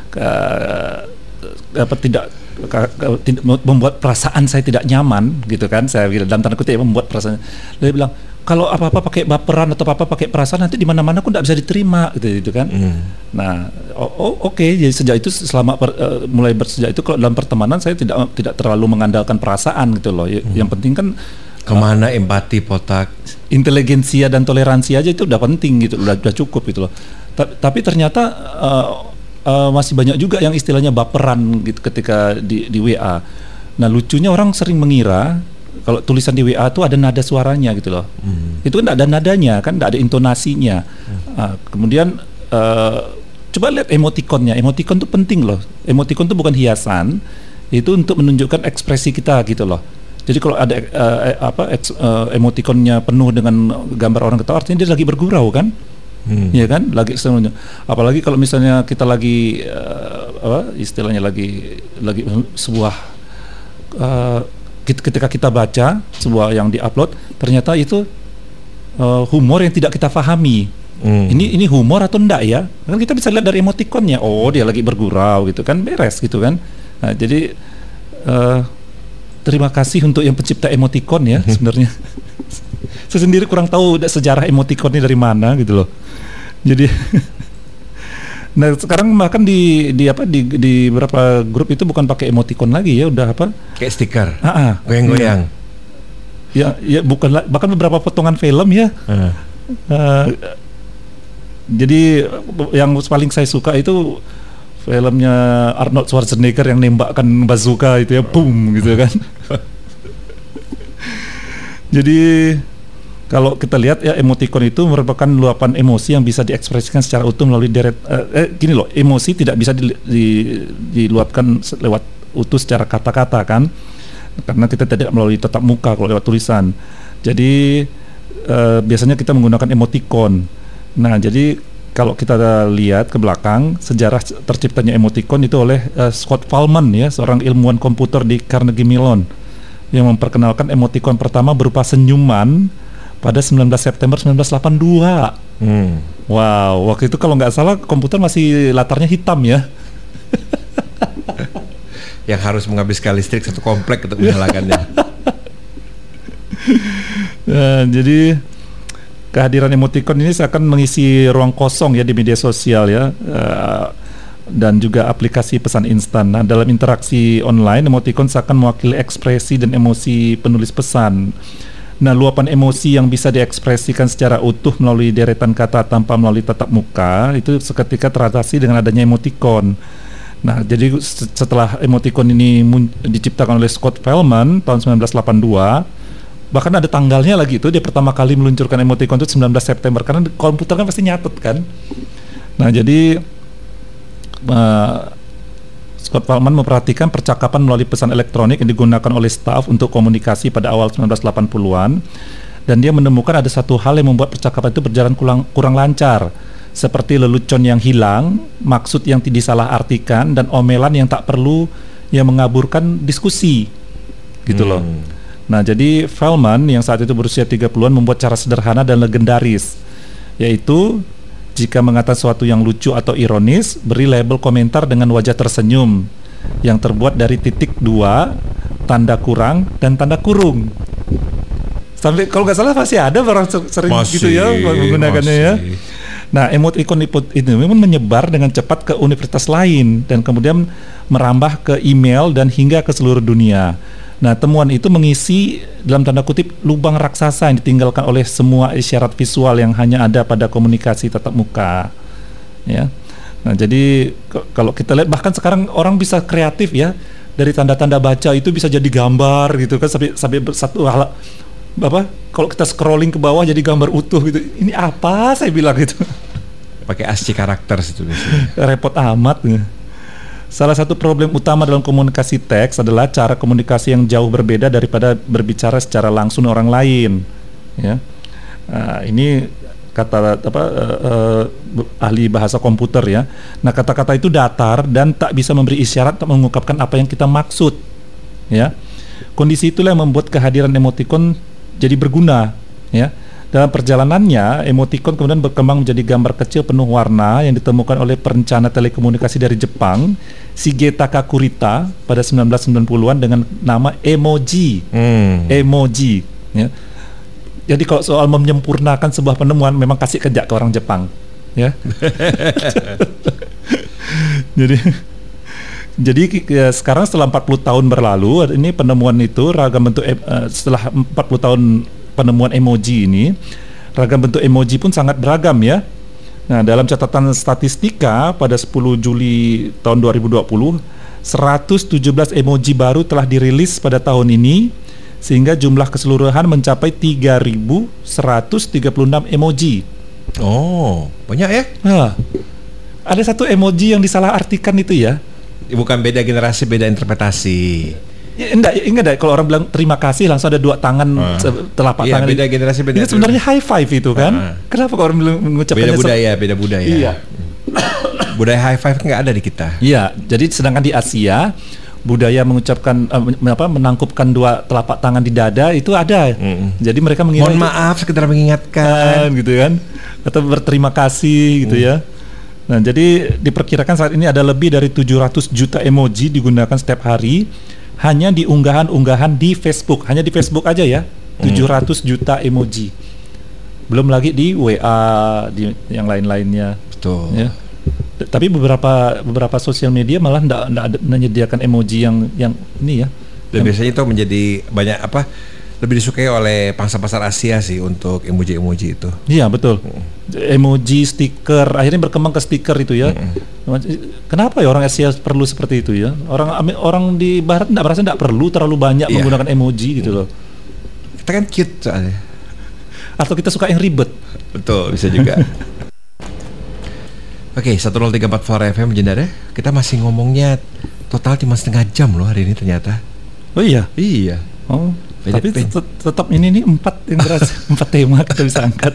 tidak membuat perasaan saya tidak nyaman gitu kan, saya bilang dalam tanda kutip membuat perasaan, dia bilang kalau apa-apa pakai baperan atau apa-apa pakai perasaan nanti di mana-mana aku tidak bisa diterima gitu kan. Nah, oke. Jadi sejak itu mulai sejak itu kalau dalam pertemanan saya tidak terlalu mengandalkan perasaan gitu loh. Yang penting kan kemana empati, potak, inteligensia dan toleransi aja itu udah penting gitu, udah cukup gitu loh. Tapi ternyata masih banyak juga yang istilahnya baperan gitu ketika di WA. Nah, lucunya orang sering mengira kalau tulisan di WA itu ada nada suaranya gitu loh. Itu kan tidak ada nadanya, kan tidak ada intonasinya. Kemudian coba lihat emotikonnya. Emotikon itu penting loh. Emotikon itu bukan hiasan, itu untuk menunjukkan ekspresi kita gitu loh. Jadi kalau ada emotikonnya penuh dengan gambar orang ketawa, artinya dia lagi bergurau kan? Iya kan? Lagi semuanya. Apalagi kalau misalnya kita lagi istilahnya lagi sebuah ketika kita baca sebuah yang diupload, ternyata itu humor yang tidak kita pahami. Ini humor atau enggak ya? Kan kita bisa lihat dari emotikonnya. Oh, dia lagi bergurau gitu kan, beres gitu kan. Nah, jadi terima kasih untuk yang pencipta emotikon ya sebenarnya. Saya sendiri kurang tahu sejarah emotikonnya dari mana gitu loh. Jadi nah sekarang bahkan di beberapa grup itu bukan pakai emoticon lagi ya, udah kayak stiker, goyang-goyang. Ya bukan, bahkan beberapa potongan film ya. Jadi yang paling saya suka itu filmnya Arnold Schwarzenegger yang nembakkan bazooka itu ya, boom gitu kan. Jadi kalau kita lihat ya, emoticon itu merupakan luapan emosi yang bisa diekspresikan secara utuh melalui gini loh, emosi tidak bisa diluapkan lewat utuh secara kata-kata kan. karena kita tidak melalui tatap muka kalau lewat tulisan. Jadi biasanya kita menggunakan emoticon. Nah, jadi kalau kita lihat ke belakang, sejarah terciptanya emoticon itu oleh Scott Fahlman ya, seorang ilmuwan komputer di Carnegie Mellon yang memperkenalkan emoticon pertama berupa senyuman pada 19 September 1982. Wow, waktu itu kalau nggak salah komputer masih latarnya hitam ya. Yang harus menghabiskan listrik satu komplek untuk menyalakannya. Nah, jadi kehadiran emoticon ini seakan mengisi ruang kosong ya di media sosial ya, dan juga aplikasi pesan instan. Nah, dalam interaksi online, emoticon seakan mewakili ekspresi dan emosi penulis pesan. Nah, luapan emosi yang bisa diekspresikan secara utuh melalui deretan kata tanpa melalui tatap muka itu seketika teratasi dengan adanya emoticon. Nah, jadi setelah emoticon ini diciptakan oleh Scott Fahlman tahun 1982, bahkan ada tanggalnya lagi itu, dia pertama kali meluncurkan emoticon itu 19 September, karena komputer kan pasti nyatet kan. Nah, jadi Scott Fahlman memperhatikan percakapan melalui pesan elektronik yang digunakan oleh staf untuk komunikasi pada awal 1980-an, dan dia menemukan ada satu hal yang membuat percakapan itu berjalan kurang lancar, seperti lelucon yang hilang, maksud yang tidak disalahartikan, dan omelan yang tak perlu yang mengaburkan diskusi gitu loh. Nah, jadi Fahlman yang saat itu berusia 30-an membuat cara sederhana dan legendaris, yaitu jika mengatakan sesuatu yang lucu atau ironis, beri label komentar dengan wajah tersenyum yang terbuat dari titik 2, tanda kurang, dan tanda kurung. Sampai kalau nggak salah masih ada orang sering gitu ya menggunakannya ya. Nah, emoticon itu memang menyebar dengan cepat ke universitas lain dan kemudian merambah ke email dan hingga ke seluruh dunia. Nah, temuan itu mengisi dalam tanda kutip lubang raksasa yang ditinggalkan oleh semua isyarat visual yang hanya ada pada komunikasi tatap muka. Ya. Nah, jadi kalau kita lihat bahkan sekarang orang bisa kreatif ya, dari tanda-tanda baca itu bisa jadi gambar gitu kan, sampai satu hal apa? Kalau kita scrolling ke bawah jadi gambar utuh gitu. Ini apa saya bilang gitu. Pakai ASCII karakter itu biasanya. Repot amat ya. Salah satu problem utama dalam komunikasi teks adalah cara komunikasi yang jauh berbeda daripada berbicara secara langsung orang lain. Ya, ini kata ahli bahasa komputer ya. Nah, kata-kata itu datar dan tak bisa memberi isyarat untuk mengungkapkan apa yang kita maksud. Ya, kondisi itulah yang membuat kehadiran emoticon jadi berguna. Ya. Dalam perjalanannya, emoticon kemudian berkembang menjadi gambar kecil penuh warna yang ditemukan oleh perencana telekomunikasi dari Jepang, Shigetaka Kurita, pada 1990-an dengan nama emoji. Emoji. Ya. Jadi kalau soal menyempurnakan sebuah penemuan, memang kasih kerja ke orang Jepang. Ya. Jadi sekarang setelah 40 tahun berlalu, ini penemuan itu ragam bentuk setelah 40 tahun penemuan emoji ini, ragam bentuk emoji pun sangat beragam ya. Nah, dalam catatan statistika pada 10 Juli tahun 2020, 117 emoji baru telah dirilis pada tahun ini, sehingga jumlah keseluruhan mencapai 3.136 emoji. Oh, banyak ya? Nah, ada satu emoji yang disalahartikan itu ya. Bukan beda generasi, beda interpretasi. Ya, enggak, kalau orang bilang terima kasih langsung ada dua tangan, telapak tangan. Beda generasi, beda. Itu sebenarnya high five itu kan. Kenapa kalau orang bilang mengucapkannya beda budaya. Iya. Budaya high five nggak ada di kita. Iya, jadi sedangkan di Asia budaya mengucapkan menangkupkan dua telapak tangan di dada itu ada. Jadi mereka mengira mohon maaf, sekedar mengingatkan gitu kan, atau berterima kasih gitu ya. Nah, jadi diperkirakan saat ini ada lebih dari 700 juta emoji digunakan setiap hari hanya di unggahan-unggahan di Facebook. Hanya di Facebook aja ya, 700 juta emoji. Belum lagi di WA, di yang lain-lainnya. Betul. Ya. Tapi beberapa sosial media malah enggak menyediakan emoji yang ini ya. Dan biasanya itu menjadi banyak lebih disukai oleh pangsa pasar Asia sih untuk emoji-emoji itu. Iya, betul. Emoji, stiker, akhirnya berkembang ke stiker itu ya. Kenapa ya orang Asia perlu seperti itu ya? Orang di Barat enggak perlu terlalu banyak menggunakan emoji gitu loh. Kita kan cute soalnya. Atau kita suka yang ribet. Betul, bisa juga. Oke, 103.4 FM Jendara. Kita masih ngomongnya total cuma setengah jam loh hari ini ternyata. Oh iya. Iya. Oh. Pedet Tapi pen. tetap ini nih 4 yang berhasil, 4 tema kita bisa angkat.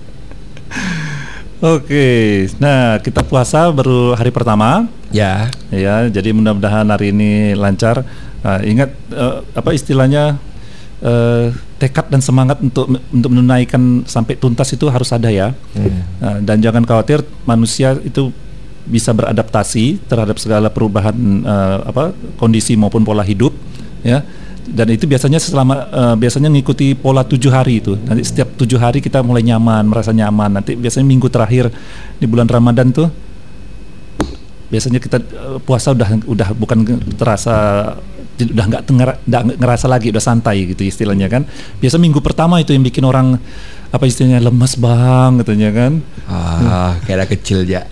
Oke, nah kita puasa baru hari pertama, Ya. ya. Jadi mudah-mudahan hari ini lancar. Ingat apa istilahnya, tekad dan semangat untuk menunaikan sampai tuntas itu harus ada ya. Dan jangan khawatir, manusia itu bisa beradaptasi terhadap segala perubahan kondisi maupun pola hidup, ya. Dan itu biasanya biasanya ngikuti pola 7 hari itu. Nanti setiap 7 hari kita mulai nyaman, merasa nyaman. Nanti biasanya minggu terakhir di bulan Ramadan tuh biasanya kita puasa udah bukan terasa, udah nggak ngerasa lagi, udah santai gitu istilahnya kan. Biasa minggu pertama itu yang bikin orang apa istilahnya lemas bang katanya kan. Kayak anak kecil ya.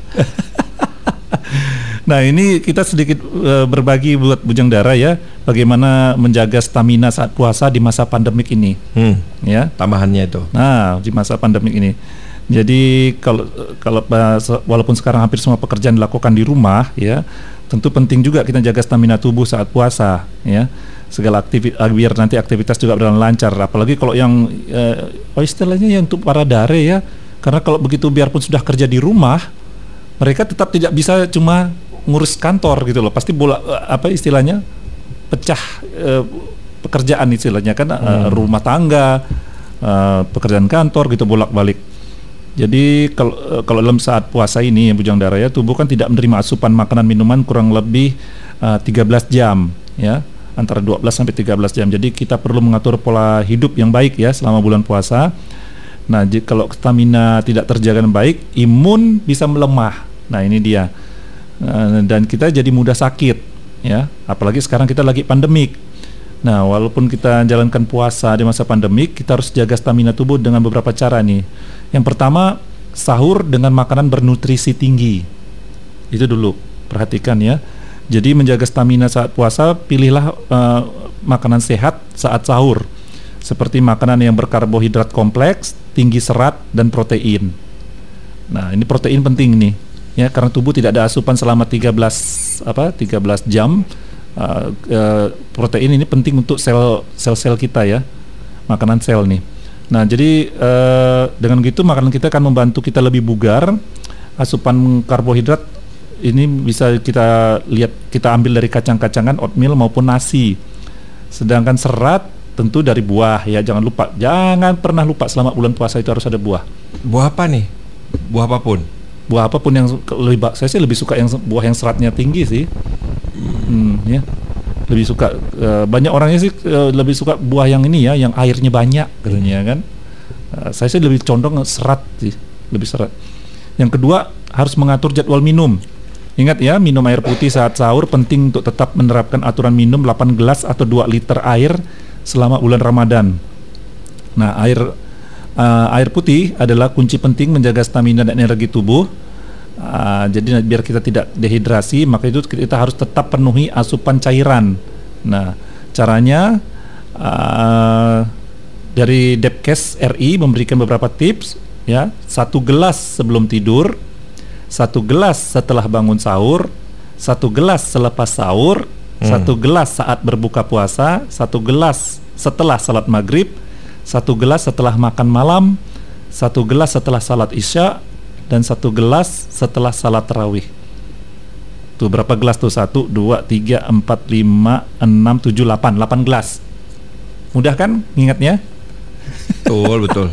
Nah ini kita sedikit berbagi buat Bujang Dara ya, bagaimana menjaga stamina saat puasa di masa pandemik ini, ya. Tambahannya itu. Nah di masa pandemik ini, jadi kalau walaupun sekarang hampir semua pekerjaan dilakukan di rumah, ya, tentu penting juga kita jaga stamina tubuh saat puasa, ya. Segala biar nanti aktivitas juga berjalan lancar. Apalagi kalau yang istilahnya yang untuk para dare ya, karena kalau begitu biarpun sudah kerja di rumah, mereka tetap tidak bisa cuma ngurus kantor gitu loh, pasti apa istilahnya pecah pekerjaan istilahnya kan, rumah tangga, pekerjaan kantor gitu bolak-balik. Jadi kalau dalam saat puasa ini ya Bujang Dara ya, tubuh kan tidak menerima asupan makanan minuman kurang lebih 13 jam ya, antara 12 sampai 13 jam. Jadi kita perlu mengatur pola hidup yang baik ya selama bulan puasa. Nah, kalau stamina tidak terjaga dengan baik, imun bisa melemah. Nah, ini dia. Dan kita jadi mudah sakit ya, apalagi sekarang kita lagi pandemik. Nah, walaupun kita jalankan puasa di masa pandemik, kita harus jaga stamina tubuh dengan beberapa cara nih. Yang pertama, sahur dengan makanan bernutrisi tinggi. Itu dulu, perhatikan ya. Jadi menjaga stamina saat puasa, pilihlah makanan sehat saat sahur, seperti makanan yang berkarbohidrat kompleks, tinggi serat dan protein. Nah, ini protein penting nih. Ya, karena tubuh tidak ada asupan selama 13 jam. Protein ini penting untuk sel-sel kita ya, makanan sel nih. Nah, jadi dengan gitu makanan kita akan membantu kita lebih bugar. Asupan karbohidrat ini bisa kita ambil dari kacang-kacangan, oatmeal maupun nasi. Sedangkan serat tentu dari buah ya, jangan pernah lupa selama bulan puasa itu harus ada buah. Buah apa nih? Buah apapun. Buah apapun yang saya sih lebih suka yang buah yang seratnya tinggi sih. Ya. Lebih suka banyak orangnya sih lebih suka buah yang ini ya, yang airnya banyak katanya kan. Saya sih lebih condong serat sih, lebih serat. Yang kedua, harus mengatur jadwal minum. Ingat ya, minum air putih saat sahur penting untuk tetap menerapkan aturan minum 8 gelas atau 2 liter air selama bulan Ramadan. Nah, air putih adalah kunci penting menjaga stamina dan energi tubuh. Jadi biar kita tidak dehidrasi, maka itu kita harus tetap penuhi asupan cairan. Nah, caranya dari Depkes RI memberikan beberapa tips ya. 1 gelas sebelum tidur, 1 gelas setelah bangun sahur, 1 gelas selepas sahur, 1 gelas saat berbuka puasa, 1 gelas setelah salat maghrib, 1 gelas setelah makan malam, 1 gelas setelah salat isya, dan 1 gelas setelah salat tarawih. Tuh berapa gelas tuh? 1, 2, 3, 4, 5, 6, 7, 8 gelas. Mudah kan ngingatnya? Betul.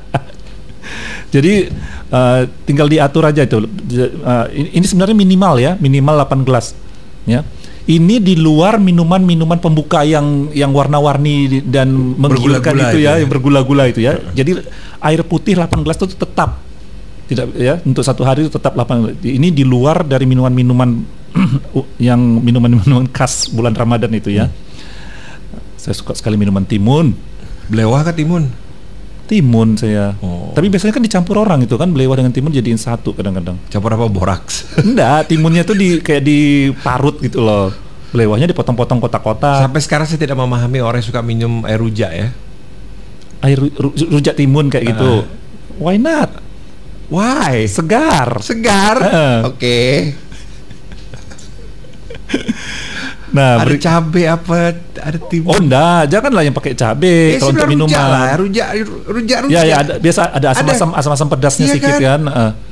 Jadi tinggal diatur aja itu. Ini sebenarnya minimal 8 gelas ya. Ini di luar minuman pembuka yang warna-warni dan menggilirkan itu ya, yang bergula-gula itu ya. Jadi air putih 8 gelas itu tetap tidak ya, untuk 1 hari itu tetap 8. Ini di luar dari minuman yang minuman khas bulan Ramadan itu ya. Saya suka sekali minuman timun. Belewah kah timun? Timun saya. Tapi biasanya kan dicampur orang itu kan, belewah dengan timun jadiin satu kadang-kadang. Campur apa, boraks? Enggak, timunnya tuh kayak diparut gitu loh. Belewahnya dipotong-potong kotak-kotak. Sampai sekarang saya tidak memahami orang yang suka minum air rujak ya. Air rujak timun kayak gitu. Why not? Why? Segar. Oke. Nah, ada cabe apa, ada timun. Oh enggak, janganlah yang pakai cabe kalau untuk minuman. Rujak. Ya ada biasa ada asam-asam pedasnya iya sedikit kan.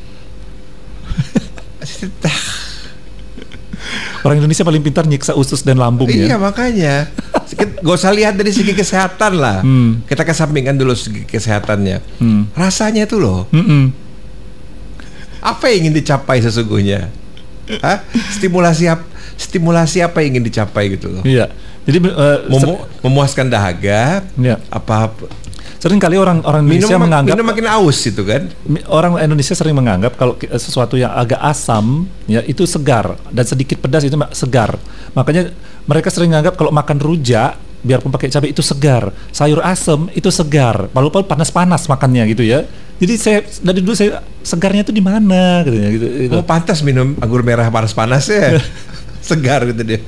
Orang Indonesia paling pintar nyiksa usus dan lambung iya, ya. makanya. Gak usah lihat dari segi kesehatan lah. Kita kesampingkan dulu segi kesehatannya. Rasanya itu loh. Apa yang ingin dicapai sesungguhnya? Hah? Stimulasi apa yang ingin dicapai gitu loh? Iya. Jadi memuaskan dahaga. Iya. Apa? Sering kali orang Indonesia menganggap minum makin aus itu kan. Orang Indonesia sering menganggap kalau sesuatu yang agak asam ya itu segar dan sedikit pedas itu segar. Makanya mereka sering menganggap kalau makan rujak biarpun pakai cabai itu segar, sayur asem itu segar, walaupun panas-panas makannya gitu ya. Jadi dari dulu segarnya itu di mana gitu. Oh, pantas minum anggur merah panas-panas ya. Segar gitu dia.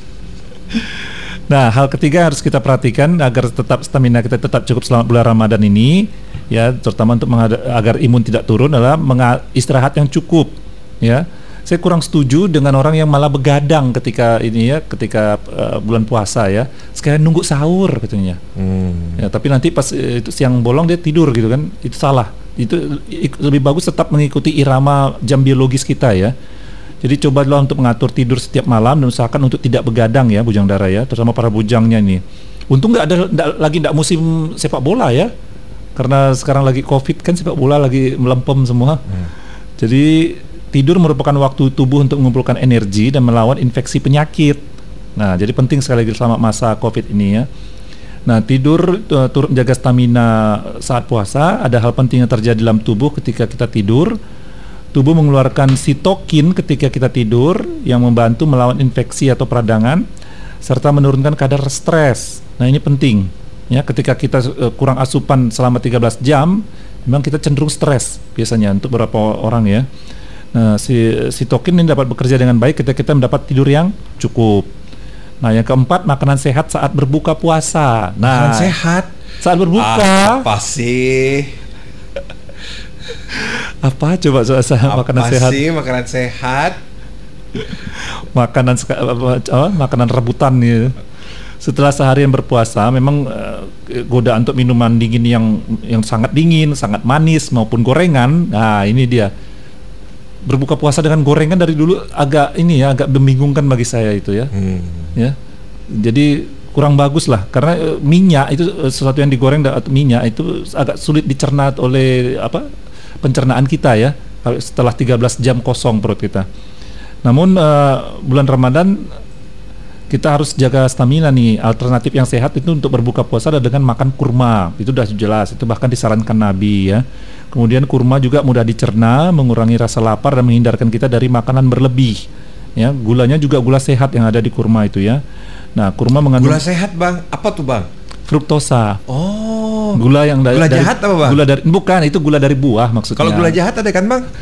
Nah, hal ketiga harus kita perhatikan agar tetap stamina kita tetap cukup selama bulan Ramadan ini, ya, terutama untuk agar imun tidak turun adalah istirahat yang cukup, ya. Saya kurang setuju dengan orang yang malah begadang ketika bulan puasa ya, sekalian nunggu sahur katanya. Ya, tapi nanti pas itu siang bolong dia tidur gitu kan, itu salah. Itu lebih bagus tetap mengikuti irama jam biologis kita ya. Jadi cobalah untuk mengatur tidur setiap malam dan usahakan untuk tidak begadang ya bujang dara ya, terutama para bujangnya ini. Untung lagi nggak musim sepak bola ya, karena sekarang lagi COVID kan sepak bola lagi melempem semua. Jadi tidur merupakan waktu tubuh untuk mengumpulkan energi dan melawan infeksi penyakit. Nah, jadi penting sekali lagi selama masa COVID ini ya. Nah, tidur turut menjaga stamina saat puasa. Ada hal penting yang terjadi dalam tubuh ketika kita tidur. Tubuh mengeluarkan sitokin ketika kita tidur yang membantu melawan infeksi atau peradangan serta menurunkan kadar stres. Nah, ini penting ya, ketika kita kurang asupan selama 13 jam memang kita cenderung stres biasanya untuk beberapa orang ya. Nah, sitokin ini dapat bekerja dengan baik ketika kita mendapat tidur yang cukup. Nah, yang keempat, makanan sehat saat berbuka puasa. Nah, makanan sehat saat berbuka. Apa sih? Apa coba makanan sehat? Sih makanan sehat? Makanan rebutan ya. Setelah seharian berpuasa, memang godaan untuk minuman dingin yang sangat dingin, sangat manis maupun gorengan. Nah, ini dia. Berbuka puasa dengan gorengan dari dulu agak membingungkan bagi saya itu ya. Ya. Jadi kurang bagus lah karena minyak itu sesuatu yang digoreng atau minyak itu agak sulit dicerna oleh pencernaan kita ya setelah 13 jam kosong perut kita. Namun bulan Ramadan kita harus jaga stamina nih. Alternatif yang sehat itu untuk berbuka puasa adalah dengan makan kurma. Itu sudah jelas, itu bahkan disarankan Nabi ya. Kemudian kurma juga mudah dicerna, mengurangi rasa lapar dan menghindarkan kita dari makanan berlebih. Ya, gulanya juga gula sehat yang ada di kurma itu ya. Nah, kurma mengandung gula sehat, Bang. Apa tuh, Bang? Fruktosa. Oh. Gula yang gula jahat apa, Bang? Bukan, itu gula dari buah maksudnya. Kalau gula jahat ada kan, Bang?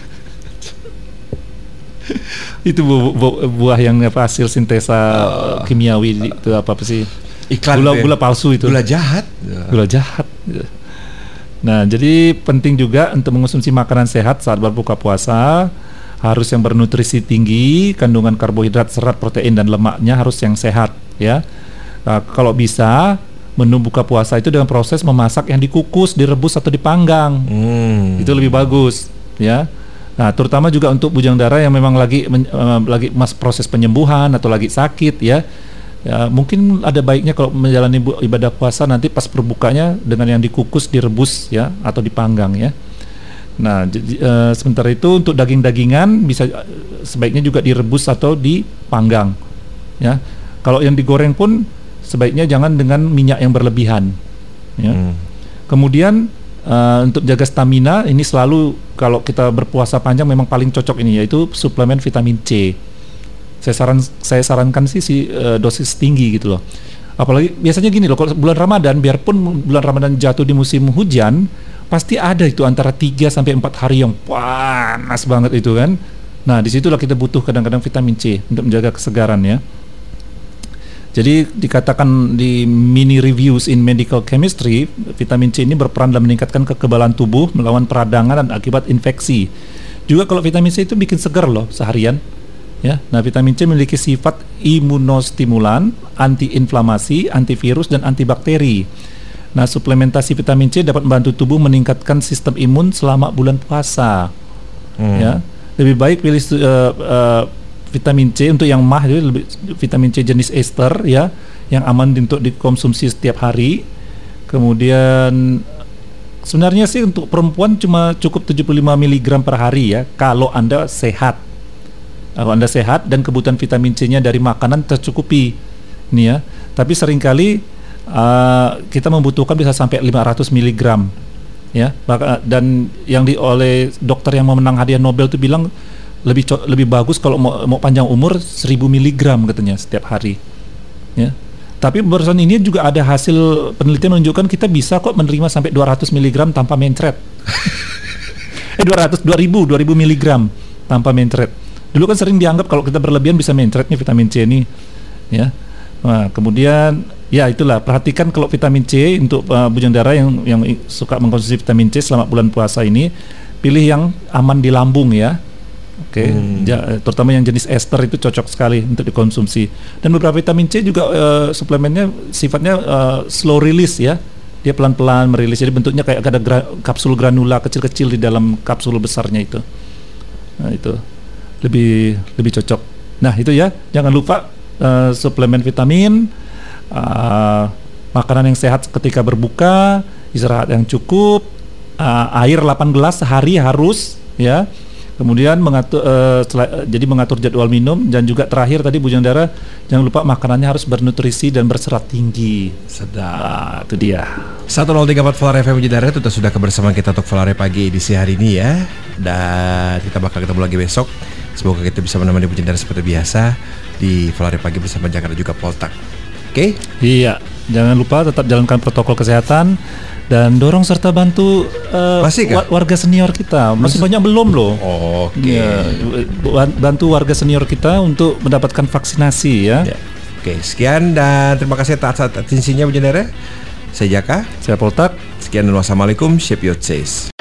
Itu buah yang hasil sintesa kimiawi itu apa sih? Iklan gula palsu itu. Gula jahat. Gula jahat. Nah, jadi penting juga untuk mengonsumsi makanan sehat saat berbuka puasa, harus yang bernutrisi tinggi, kandungan karbohidrat, serat, protein dan lemaknya harus yang sehat ya. Nah, kalau bisa menu buka puasa itu dengan proses memasak yang dikukus, direbus atau dipanggang. Itu lebih bagus ya. Nah, terutama juga untuk bujang dara yang memang lagi proses penyembuhan atau lagi sakit ya. Ya, mungkin ada baiknya kalau menjalani ibadah puasa nanti pas berbukanya dengan yang dikukus, direbus ya atau dipanggang ya. Nah, sementara itu untuk daging-dagingan bisa sebaiknya juga direbus atau dipanggang ya. Kalau yang digoreng pun sebaiknya jangan dengan minyak yang berlebihan ya. Kemudian untuk jaga stamina ini selalu kalau kita berpuasa panjang memang paling cocok ini yaitu suplemen vitamin C. Saya sarankan sih dosis tinggi gitu loh. Apalagi biasanya gini loh, kalau bulan Ramadan biarpun bulan Ramadan jatuh di musim hujan, pasti ada itu antara 3 sampai 4 hari yang panas banget itu kan. Nah, disitulah kita butuh kadang-kadang vitamin C untuk menjaga kesegaran ya. Jadi dikatakan di mini reviews in medical chemistry, vitamin C ini berperan dalam meningkatkan kekebalan tubuh melawan peradangan dan akibat infeksi. Juga kalau vitamin C itu bikin segar loh seharian. Ya, nah vitamin C memiliki sifat imunostimulan, antiinflamasi, antivirus dan antibakteri. Nah, suplementasi vitamin C dapat membantu tubuh meningkatkan sistem imun selama bulan puasa. Ya, lebih baik pilih vitamin C untuk yang mah, vitamin C jenis ester ya, yang aman untuk dikonsumsi setiap hari. Kemudian sebenarnya sih untuk perempuan cuma cukup 75 mg per hari ya, kalau Anda sehat. Kalau Anda sehat dan kebutuhan vitamin C-nya dari makanan tercukupi, nih ya. Tapi seringkali kita membutuhkan bisa sampai 500 mg, ya. Dan yang oleh dokter yang memenang hadiah Nobel itu bilang lebih bagus kalau mau panjang umur 1000 mg katanya setiap hari, ya. Tapi barusan ini juga ada hasil penelitian menunjukkan kita bisa kok menerima sampai 200 mg tanpa mencret. 2000 mg tanpa mencret. Dulu kan sering dianggap kalau kita berlebihan bisa mencret nih vitamin C ini, ya. Nah, kemudian ya itulah, perhatikan kalau vitamin C untuk Bujang Dara yang suka mengkonsumsi vitamin C selama bulan puasa ini, pilih yang aman di lambung ya. Oke, terutama yang jenis ester itu cocok sekali untuk dikonsumsi. Dan beberapa vitamin C juga suplemennya sifatnya slow release ya. Dia pelan-pelan merilis, jadi bentuknya kayak ada kapsul granula kecil-kecil di dalam kapsul besarnya itu. Nah, itu lebih cocok. Nah, itu ya, jangan lupa suplemen vitamin, makanan yang sehat ketika berbuka, istirahat yang cukup, air 8 gelas sehari harus ya. Kemudian mengatur jadwal minum, dan juga terakhir tadi Bujang Dara jangan lupa makanannya harus bernutrisi dan berserat tinggi. Sedap. Itu dia. 1034 Flare FM Bujang Dara, itu sudah kebersamaan kita untuk Flare Pagi edisi hari ini ya. Dan kita bakal ketemu lagi besok. Semoga kita bisa menemani Bujang Dara seperti biasa di Flare Pagi bersama Jakarta juga Poltak. Oke? Iya, jangan lupa tetap jalankan protokol kesehatan dan dorong serta bantu warga senior kita. Masih banyak belum loh. Oke. Ya, bantu warga senior kita untuk mendapatkan vaksinasi ya. Oke, sekian dan terima kasih atas atensinya Bujang Dara. Saya Jaka, saya Poltak. Sekian dan wassalamualaikum. Shape your taste.